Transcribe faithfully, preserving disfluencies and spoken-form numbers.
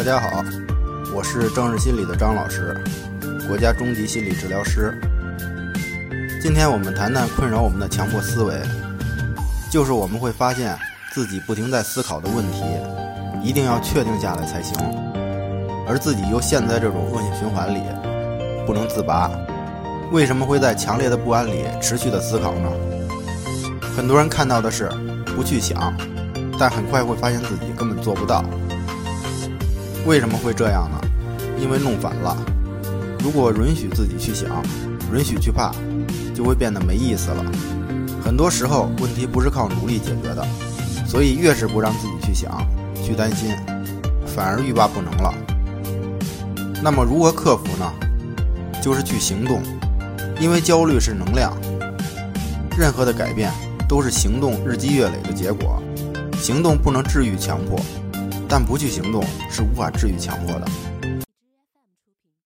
家好，我是正视心理的张老师，国家中级心理治疗师。今天我们谈谈困扰我们的强迫思维，就是我们会发现自己不停在思考的问题，一定要确定下来才行，而自己又陷在这种恶性循环里，不能自拔。为什么会在强烈的不安里持续的思考呢？很多人看到的是不去想，但很快会发现自己根本做不到。为什么会这样呢？因为弄反了。如果允许自己去想，允许去怕，就会变得没意思了。很多时候问题不是靠努力解决的，所以越是不让自己去想去担心，反而欲罢不能了。那么如何克服呢？就是去行动。因为焦虑是能量，任何的改变都是行动日积月累的结果。行动不能治愈强迫，但不去行动是无法治愈强迫的。